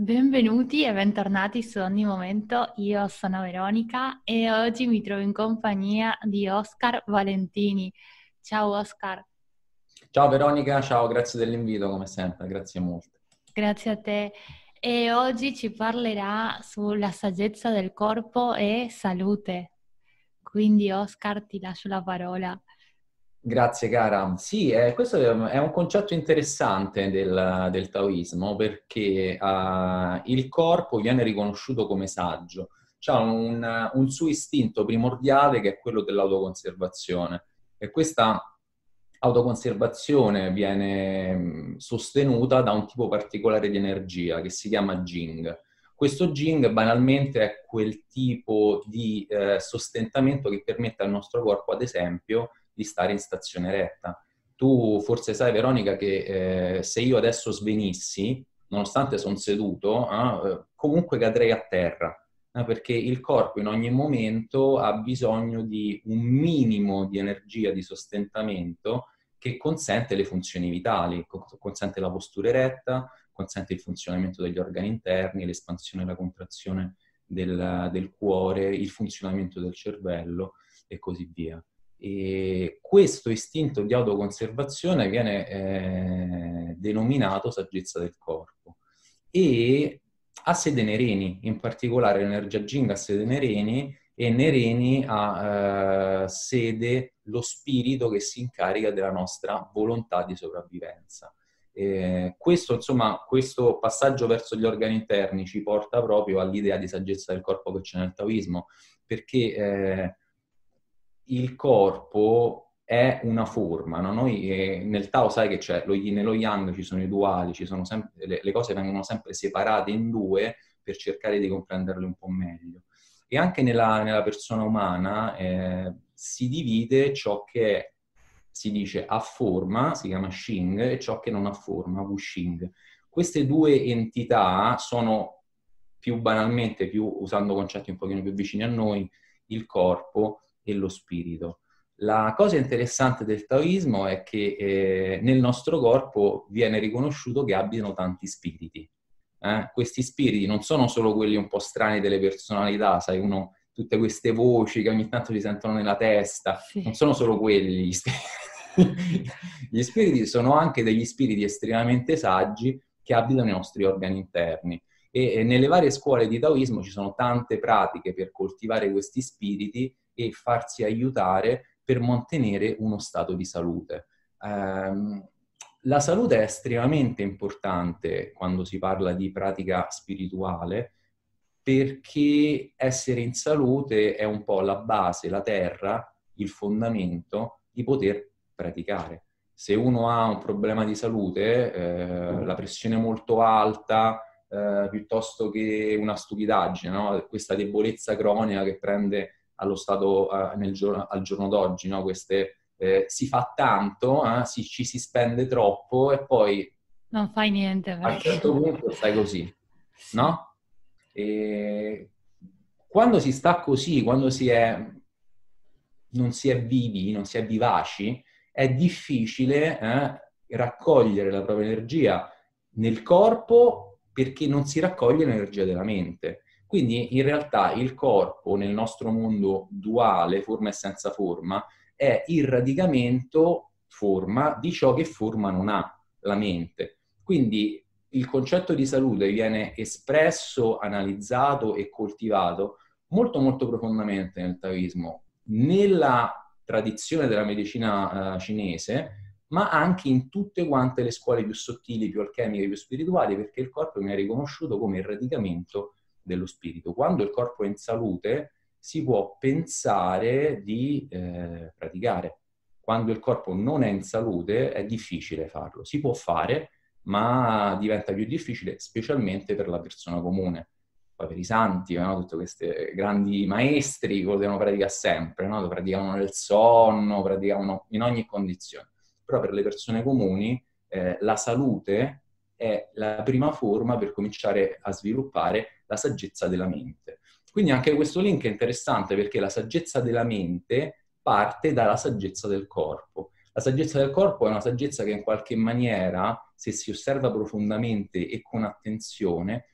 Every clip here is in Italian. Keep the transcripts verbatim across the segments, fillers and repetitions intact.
Benvenuti e bentornati su Ogni Momento, io sono Veronica e oggi mi trovo in compagnia di Oscar Valentini. Ciao Oscar, Ciao Veronica, ciao, grazie dell'invito come sempre, grazie molte. grazie a te. E oggi ci parlerà sulla saggezza del corpo e salute. Quindi Oscar, ti lascio la parola. Grazie cara. Sì, eh, questo è è un concetto interessante del, del taoismo perché eh, il corpo viene riconosciuto come saggio, c'ha un, un suo istinto primordiale che è quello dell'autoconservazione e questa autoconservazione viene mh, sostenuta da un tipo particolare di energia che si chiama Jing. Questo Jing banalmente è quel tipo di eh, sostentamento che permette al nostro corpo, ad esempio, di stare in stazione retta. Tu forse sai, Veronica, che eh, se io adesso svenissi, nonostante sono seduto, eh, comunque cadrei a terra, eh, perché il corpo in ogni momento ha bisogno di un minimo di energia di sostentamento che consente le funzioni vitali, consente la postura eretta, consente il funzionamento degli organi interni, l'espansione e la contrazione del, del cuore, il funzionamento del cervello e così via. E questo istinto di autoconservazione viene eh, denominato saggezza del corpo e ha sede nei reni, in particolare l'energia Jing ha sede nei reni e nei reni ha eh, sede lo spirito che si incarica della nostra volontà di sopravvivenza. Eh, questo, insomma, questo passaggio verso gli organi interni ci porta proprio all'idea di saggezza del corpo che c'è nel taoismo, perché eh, il corpo è una forma, no? Noi eh, nel Tao sai che c'è lo yin e lo yang, ci sono i duali, ci sono sempre, le, le cose vengono sempre separate in due per cercare di comprenderle un po' meglio. E anche nella, nella persona umana eh, si divide ciò che si dice ha forma, si chiama Xing, e ciò che non ha forma, Wuxing. Queste due entità sono più banalmente, più, usando concetti un pochino più vicini a noi, il corpo e lo spirito. La cosa interessante del taoismo è che eh, nel nostro corpo viene riconosciuto che abbiano tanti spiriti. Eh? Questi spiriti non sono solo quelli un po' strani delle personalità, sai, uno, tutte queste voci che ogni tanto si sentono nella testa, non Sì. sono solo quelli gli spiriti. Gli spiriti sono anche degli spiriti estremamente saggi che abitano i nostri organi interni. E, e nelle varie scuole di taoismo ci sono tante pratiche per coltivare questi spiriti e farsi aiutare per mantenere uno stato di salute. Um, la salute è estremamente importante quando si parla di pratica spirituale perché essere in salute è un po' la base, la terra, il fondamento di poter praticare. Se uno ha un problema di salute, eh, la pressione molto alta, eh, piuttosto che una stupidaggine, no? Questa debolezza cronica che prende allo stato eh, nel giorno, al giorno d'oggi, no? Queste, eh, si fa tanto, eh? si, ci si spende troppo e poi Non fai niente a un perché... certo punto stai così, Sì. no? E quando si sta così, quando si è, non si è vivi, non si è vivaci, è difficile eh, raccogliere la propria energia nel corpo perché non si raccoglie l'energia della mente. Quindi in realtà il corpo nel nostro mondo duale, forma e senza forma, è il radicamento forma di ciò che forma non ha, la mente. Quindi il concetto di salute viene espresso, analizzato e coltivato molto molto profondamente nel taoismo, nella tradizione della medicina uh, cinese, ma anche in tutte quante le scuole più sottili, più alchemiche, più spirituali, perché il corpo viene riconosciuto come il radicamento dello spirito. Quando il corpo è in salute, si può pensare di eh, praticare. Quando il corpo non è in salute, è difficile farlo. Si può fare, ma diventa più difficile, specialmente per la persona comune. Poi per i santi, no? Tutti questi grandi maestri potevano praticare sempre, no? Praticavano nel sonno, praticavano in ogni condizione. Però per le persone comuni eh, la salute è la prima forma per cominciare a sviluppare la saggezza della mente. Quindi anche questo link è interessante perché la saggezza della mente parte dalla saggezza del corpo. La saggezza del corpo è una saggezza che in qualche maniera, se si osserva profondamente e con attenzione,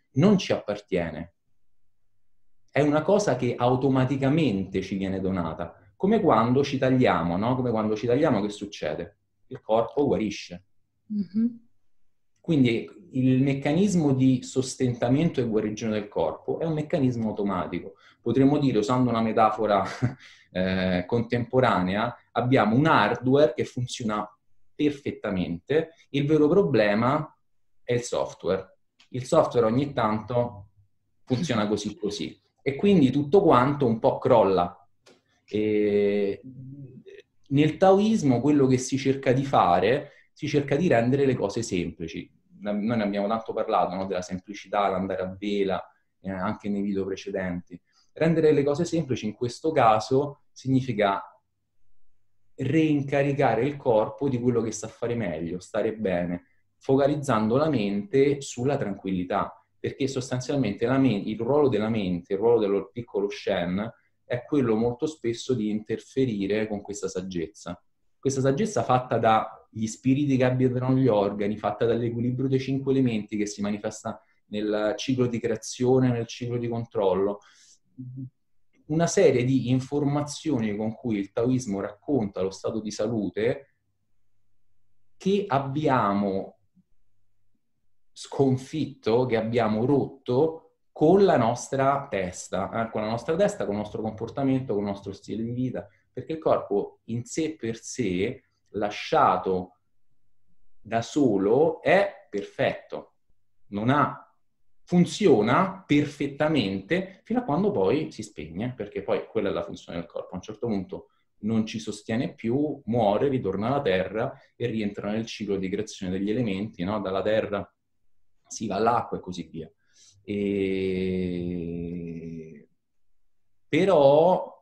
non ci appartiene. È una cosa che automaticamente ci viene donata. Come quando ci tagliamo, no? Come quando ci tagliamo, che succede? Il corpo guarisce. Mm-hmm. Quindi il meccanismo di sostentamento e guarigione del corpo è un meccanismo automatico. Potremmo dire, usando una metafora eh, contemporanea, abbiamo un hardware che funziona perfettamente, il vero problema è il software. Il software ogni tanto funziona così così e quindi tutto quanto un po' crolla. E nel taoismo quello che si cerca di fare, si cerca di rendere le cose semplici. Noi ne abbiamo tanto parlato, no? Della semplicità, l'andare a vela, eh, anche nei video precedenti. Rendere le cose semplici in questo caso significa reincaricare il corpo di quello che sa fare meglio, stare bene, focalizzando la mente sulla tranquillità, perché sostanzialmente la mente, il ruolo della mente, il ruolo del piccolo Shen, è quello molto spesso di interferire con questa saggezza. Questa saggezza fatta dagli spiriti che abitano gli organi, fatta dall'equilibrio dei cinque elementi che si manifesta nel ciclo di creazione, nel ciclo di controllo. Una serie di informazioni con cui il taoismo racconta lo stato di salute che abbiamo sconfitto, che abbiamo rotto con la nostra testa, eh? con la nostra testa, con il nostro comportamento, con il nostro stile di vita, perché il corpo in sé per sé, lasciato da solo, è perfetto, non ha funziona perfettamente fino a quando poi si spegne, perché poi quella è la funzione del corpo. A un certo punto non ci sostiene più, muore, ritorna alla terra e rientra nel ciclo di creazione degli elementi, no? Dalla terra si va all'acqua e così via. E... Però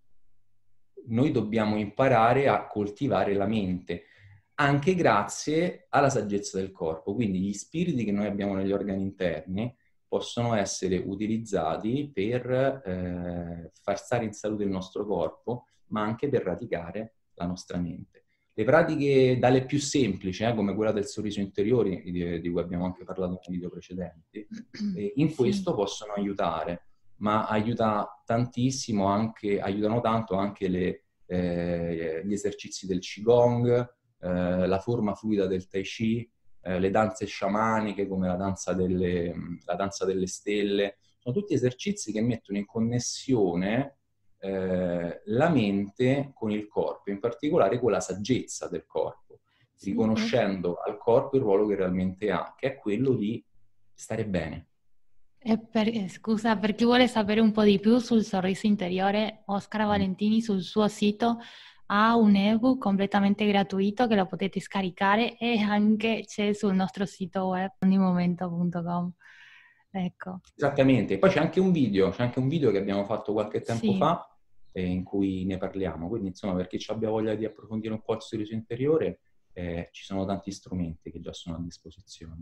noi dobbiamo imparare a coltivare la mente, anche grazie alla saggezza del corpo. Quindi gli spiriti che noi abbiamo negli organi interni possono essere utilizzati per eh, far stare in salute il nostro corpo, ma anche per radicare la nostra mente. Le pratiche dalle più semplici, eh, come quella del sorriso interiore, di, di cui abbiamo anche parlato nei video precedenti, eh, in questo sì. possono aiutare, ma aiuta tantissimo anche, aiutano tanto anche le, eh, gli esercizi del Qigong, eh, la forma fluida del Tai Chi, eh, le danze sciamaniche come la danza, delle, la danza delle stelle. Sono tutti esercizi che mettono in connessione eh, la mente con il corpo, in particolare con la saggezza del corpo, sì, riconoscendo eh. al corpo il ruolo che realmente ha, che è quello di stare bene. E per, scusa, per chi vuole sapere un po' di più sul sorriso interiore, Oscar Valentini sul suo sito ha un ebook completamente gratuito che lo potete scaricare e anche c'è sul nostro sito web ogni-momento punto com. Ecco. Esattamente, poi c'è anche un video, c'è anche un video che abbiamo fatto qualche tempo sì. fa eh, in cui ne parliamo, quindi insomma per chi abbia voglia di approfondire un po' il sorriso interiore eh, ci sono tanti strumenti che già sono a disposizione.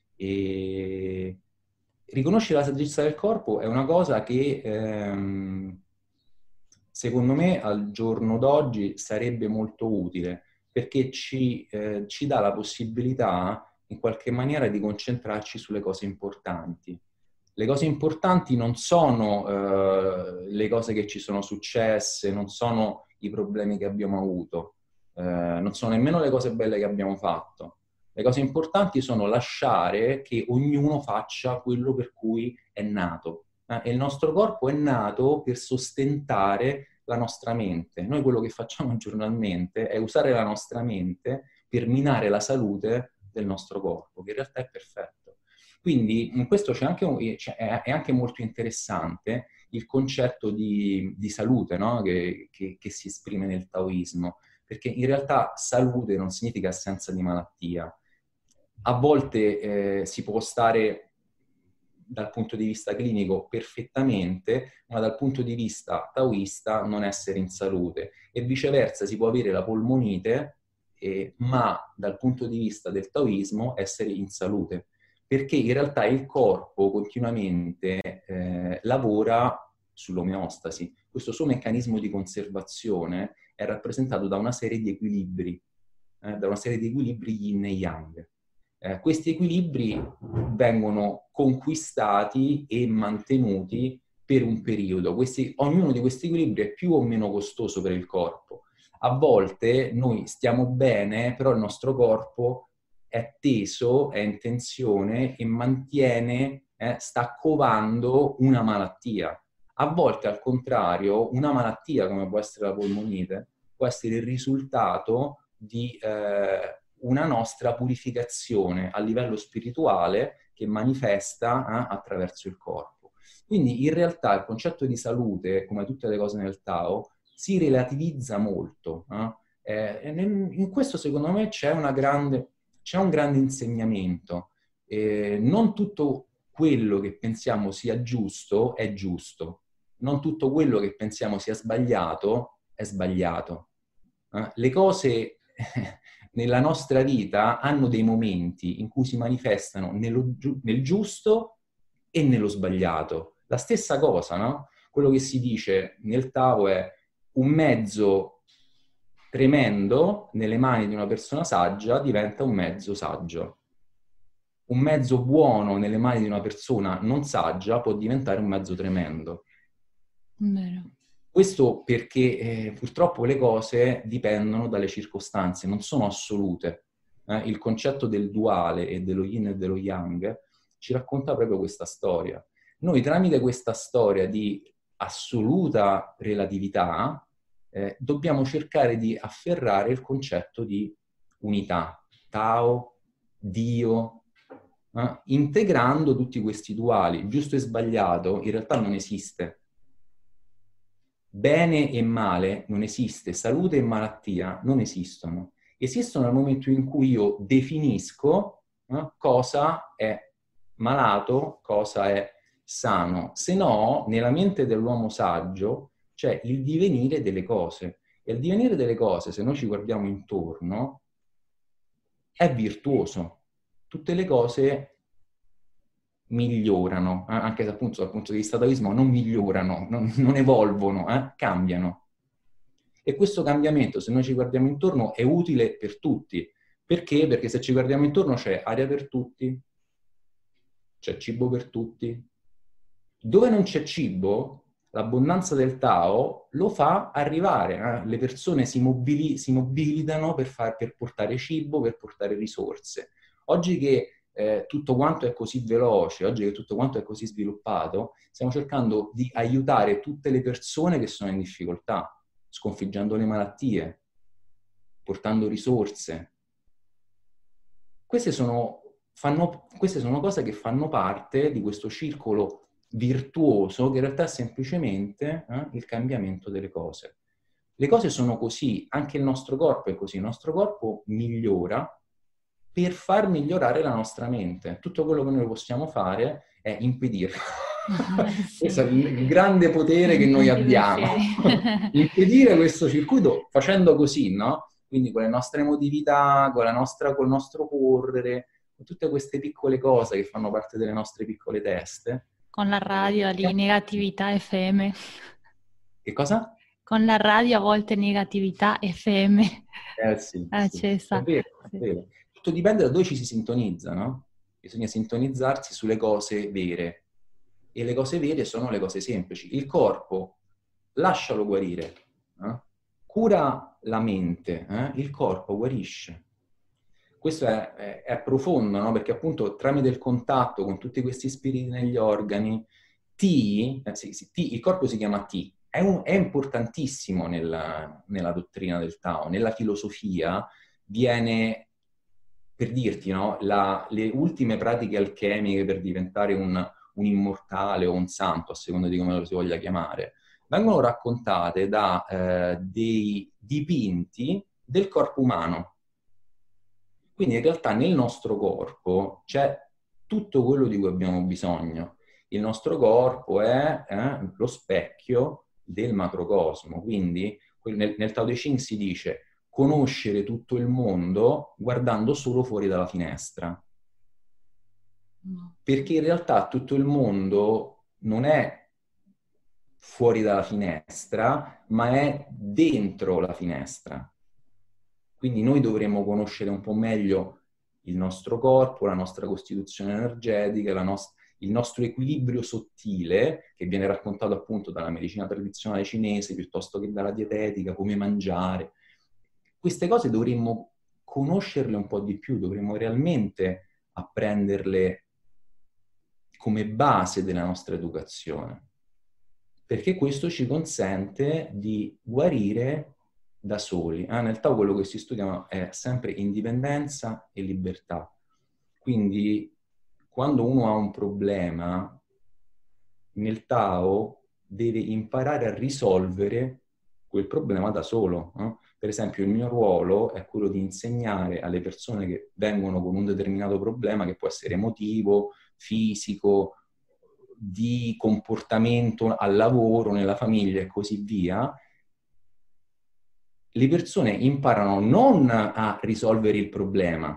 E riconoscere la saggezza del corpo è una cosa che ehm, secondo me al giorno d'oggi sarebbe molto utile, perché ci, eh, ci dà la possibilità in qualche maniera di concentrarci sulle cose importanti. Le cose importanti non sono eh, le cose che ci sono successe, non sono i problemi che abbiamo avuto, eh, non sono nemmeno le cose belle che abbiamo fatto. Le cose importanti sono lasciare che ognuno faccia quello per cui è nato. Eh, e il nostro corpo è nato per sostentare la nostra mente. Noi quello che facciamo giornalmente è usare la nostra mente per minare la salute del nostro corpo, che in realtà è perfetto. Quindi in questo c'è anche un, cioè, è anche molto interessante il concetto di, di salute, no? che, che, che si esprime nel taoismo, perché in realtà salute non significa assenza di malattia. A volte eh, si può stare dal punto di vista clinico perfettamente, ma dal punto di vista taoista non essere in salute. E viceversa si può avere la polmonite, eh, ma dal punto di vista del taoismo essere in salute. Perché in realtà il corpo continuamente eh, lavora sull'omeostasi. Questo suo meccanismo di conservazione è rappresentato da una serie di equilibri, eh, da una serie di equilibri yin e yang. Eh, questi equilibri vengono conquistati e mantenuti per un periodo. Questi, ognuno di questi equilibri è più o meno costoso per il corpo. A volte noi stiamo bene, però il nostro corpo è teso, è in tensione e mantiene, eh, sta covando una malattia. A volte, al contrario, una malattia, come può essere la polmonite, può essere il risultato di eh, una nostra purificazione a livello spirituale che manifesta eh, attraverso il corpo. Quindi in realtà il concetto di salute, come tutte le cose nel Tao, si relativizza molto. Eh? Eh, in questo secondo me c'è una grande, c'è un grande insegnamento. Eh, non tutto quello che pensiamo sia giusto è giusto. Non tutto quello che pensiamo sia sbagliato è sbagliato. Eh? Le cose nella nostra vita hanno dei momenti in cui si manifestano nello, nel giusto e nello sbagliato. La stessa cosa, no? Quello che si dice nel Tao è un mezzo tremendo nelle mani di una persona saggia diventa un mezzo saggio. Un mezzo buono nelle mani di una persona non saggia può diventare un mezzo tremendo. Vero. Questo perché eh, purtroppo le cose dipendono dalle circostanze, non sono assolute. Eh, il concetto del duale e dello yin e dello yang ci racconta proprio questa storia. Noi tramite questa storia di assoluta relatività eh, dobbiamo cercare di afferrare il concetto di unità, Tao, Dio, eh, integrando tutti questi duali. Giusto e sbagliato in realtà non esiste. Bene e male non esiste, salute e malattia non esistono. Esistono nel momento in cui io definisco eh, cosa è malato, cosa è sano. Se no, nella mente dell'uomo saggio c'è il divenire delle cose. E il divenire delle cose, se noi ci guardiamo intorno, è virtuoso. Tutte le cose migliorano, eh? Anche dal punto, dal punto di vista taoismo, non migliorano, non, non evolvono, eh? Cambiano. E questo cambiamento, se noi ci guardiamo intorno, è utile per tutti. Perché? Perché se ci guardiamo intorno c'è aria per tutti, c'è cibo per tutti. Dove non c'è cibo, l'abbondanza del Tao lo fa arrivare. Eh? Le persone si, mobili- si mobilitano per, far, per portare cibo, per portare risorse. Oggi che Eh, tutto quanto è così veloce, oggi che tutto quanto è così sviluppato, stiamo cercando di aiutare tutte le persone che sono in difficoltà, sconfiggendo le malattie, portando risorse. Queste sono, fanno, queste sono cose che fanno parte di questo circolo virtuoso che in realtà è semplicemente eh, il cambiamento delle cose. Le cose sono così, anche il nostro corpo è così, il nostro corpo migliora per far migliorare la nostra mente. Tutto quello che noi possiamo fare è impedirlo. Sì. Questo è il grande potere che noi abbiamo. Impedire questo circuito facendo così, no? Quindi con le nostre emotività, con la nostra, col nostro correre, con tutte queste piccole cose che fanno parte delle nostre piccole teste. Con la radio di negatività F M. Che cosa? Con la radio a volte negatività F M. Eh sì, accesa. Sì. È vero, è vero. Tutto dipende da dove ci si sintonizza, no? Bisogna sintonizzarsi sulle cose vere. E le cose vere sono le cose semplici. Il corpo, lascialo guarire. Eh? Cura la mente, eh? Il corpo guarisce. Questo è, è, è profondo, no? Perché appunto tramite il contatto con tutti questi spiriti negli organi, Ti, eh, sì, sì, Ti il corpo si chiama Ti, è, un, è importantissimo nella, nella dottrina del Tao, nella filosofia viene... Per dirti, no? La, le ultime pratiche alchemiche per diventare un, un immortale o un santo, a seconda di come lo si voglia chiamare, vengono raccontate da eh, dei dipinti del corpo umano. Quindi in realtà nel nostro corpo c'è tutto quello di cui abbiamo bisogno. Il nostro corpo è eh, lo specchio del macrocosmo. Quindi nel, nel Tao Te Ching si dice conoscere tutto il mondo guardando solo fuori dalla finestra. Perché in realtà tutto il mondo non è fuori dalla finestra, ma è dentro la finestra. Quindi noi dovremmo conoscere un po' meglio il nostro corpo, la nostra costituzione energetica, la nostra il nostro equilibrio sottile, che viene raccontato appunto dalla medicina tradizionale cinese, piuttosto che dalla dietetica, come mangiare. Queste cose dovremmo conoscerle un po' di più, dovremmo realmente apprenderle come base della nostra educazione, perché questo ci consente di guarire da soli. Ah, nel Tao quello che si studia è sempre indipendenza e libertà. Quindi quando uno ha un problema, nel Tao deve imparare a risolvere quel problema da solo. No? Per esempio, il mio ruolo è quello di insegnare alle persone che vengono con un determinato problema, che può essere emotivo, fisico, di comportamento al lavoro, nella famiglia e così via. Le persone imparano non a risolvere il problema,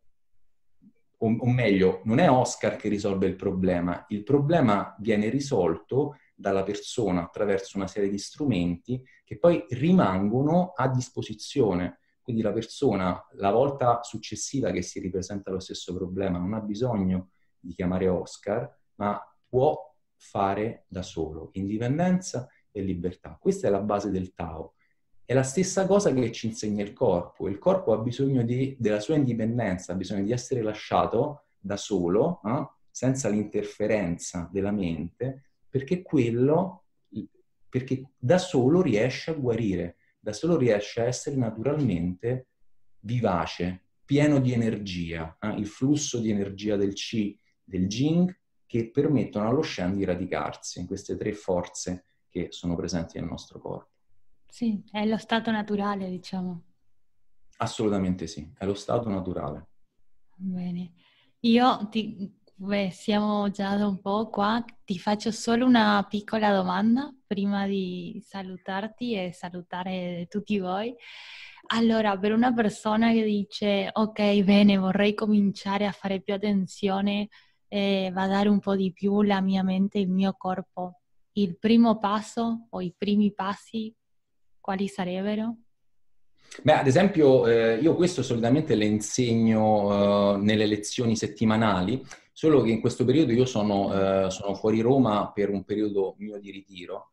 o meglio, non è Oscar che risolve il problema, il problema viene risolto dalla persona attraverso una serie di strumenti che poi rimangono a disposizione. Quindi la persona, la volta successiva che si ripresenta lo stesso problema, non ha bisogno di chiamare Oscar, ma può fare da solo, indipendenza e libertà. Questa è la base del Tao. È la stessa cosa che ci insegna il corpo. Il corpo ha bisogno di, della sua indipendenza, ha bisogno di essere lasciato da solo, eh, senza l'interferenza della mente, perché quello, perché da solo riesce a guarire, da solo riesce a essere naturalmente vivace, pieno di energia, eh, il flusso di energia del Qi, del Jing, che permettono allo Shen di radicarsi in queste tre forze che sono presenti nel nostro corpo. Sì, è lo stato naturale, diciamo. Assolutamente sì, è lo stato naturale. Bene. Io ti, beh, siamo già da un po' qua, ti faccio solo una piccola domanda prima di salutarti e salutare tutti voi. Allora, per una persona che dice, ok, bene, vorrei cominciare a fare più attenzione, eh, va a dare un po' di più la mia mente, il mio corpo, il primo passo o i primi passi, quali sarebbero? Beh, ad esempio, eh, io questo solitamente le insegno eh, nelle lezioni settimanali, solo che in questo periodo io sono, eh, sono fuori Roma per un periodo mio di ritiro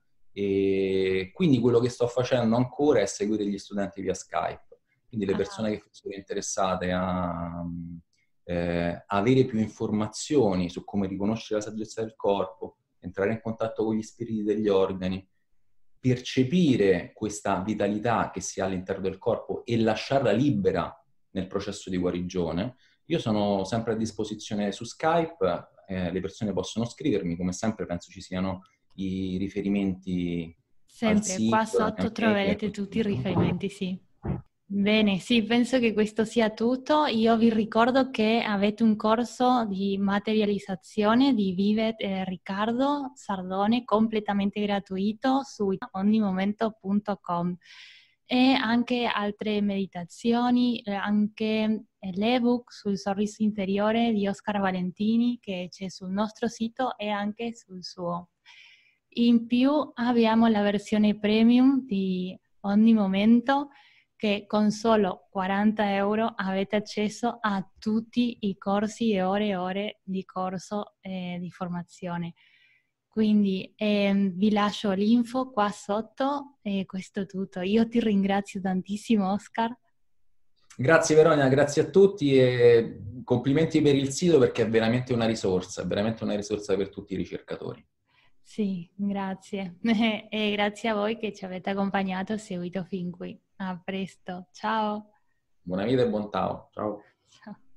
e quindi quello che sto facendo ancora è seguire gli studenti via Skype. Quindi le Ah, persone che sono interessate a eh, avere più informazioni su come riconoscere la saggezza del corpo, entrare in contatto con gli spiriti degli organi, percepire questa vitalità che si ha all'interno del corpo e lasciarla libera nel processo di guarigione. Io sono sempre a disposizione su Skype, eh, le persone possono scrivermi, come sempre penso ci siano i riferimenti al sempre, qua sito, alla mia sotto mail e troverete così tutti i via. riferimenti, sì. Bene, sì, penso che questo sia tutto. Io vi ricordo che avete un corso di materializzazione di Vive eh, Riccardo Sardone completamente gratuito su ogni-momento punto com e anche altre meditazioni, eh, anche l'ebook sul sorriso interiore di Oscar Valentini che c'è sul nostro sito e anche sul suo. In più abbiamo la versione premium di Ogni Momento che con solo quaranta euro avete accesso a tutti i corsi e ore e ore di corso eh, di formazione. Quindi ehm, vi lascio l'info qua sotto e questo è tutto. Io ti ringrazio tantissimo, Oscar. Grazie Veronica, grazie a tutti e complimenti per il sito perché è veramente una risorsa, è veramente una risorsa per tutti i ricercatori. Sì, grazie. E grazie a voi che ci avete accompagnato e seguito fin qui. A presto. Ciao. Buona vita e buon Tao. Ciao. Ciao.